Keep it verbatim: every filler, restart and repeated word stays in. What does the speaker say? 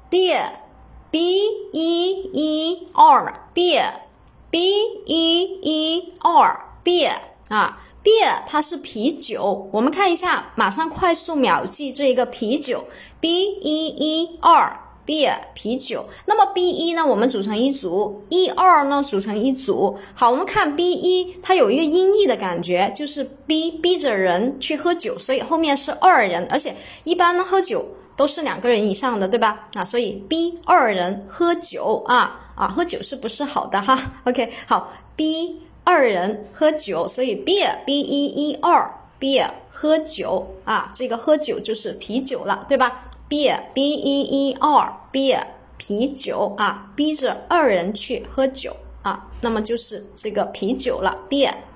beer b e e r beer b e e r beer 啊 beer 它是啤酒，我们看一下，马上快速秒记这一个啤酒 b e e r beer 啤酒。那么 b 一 呢，我们组成一组 e 二 呢组成一组。好，我们看 b 一 它有一个音译的感觉，就是 b 逼着人去喝酒，所以后面是二人，而且一般呢喝酒都是两个人以上的，对吧？啊，所以 b 二人喝酒啊啊，喝酒是不是好的哈 ？OK， 好 b 二人喝酒，所以 beer b e e r beer 喝酒啊，这个喝酒就是啤酒了，对吧？beer b e e r beer 啤酒啊，逼着二人去喝酒啊，那么就是这个啤酒了 beer。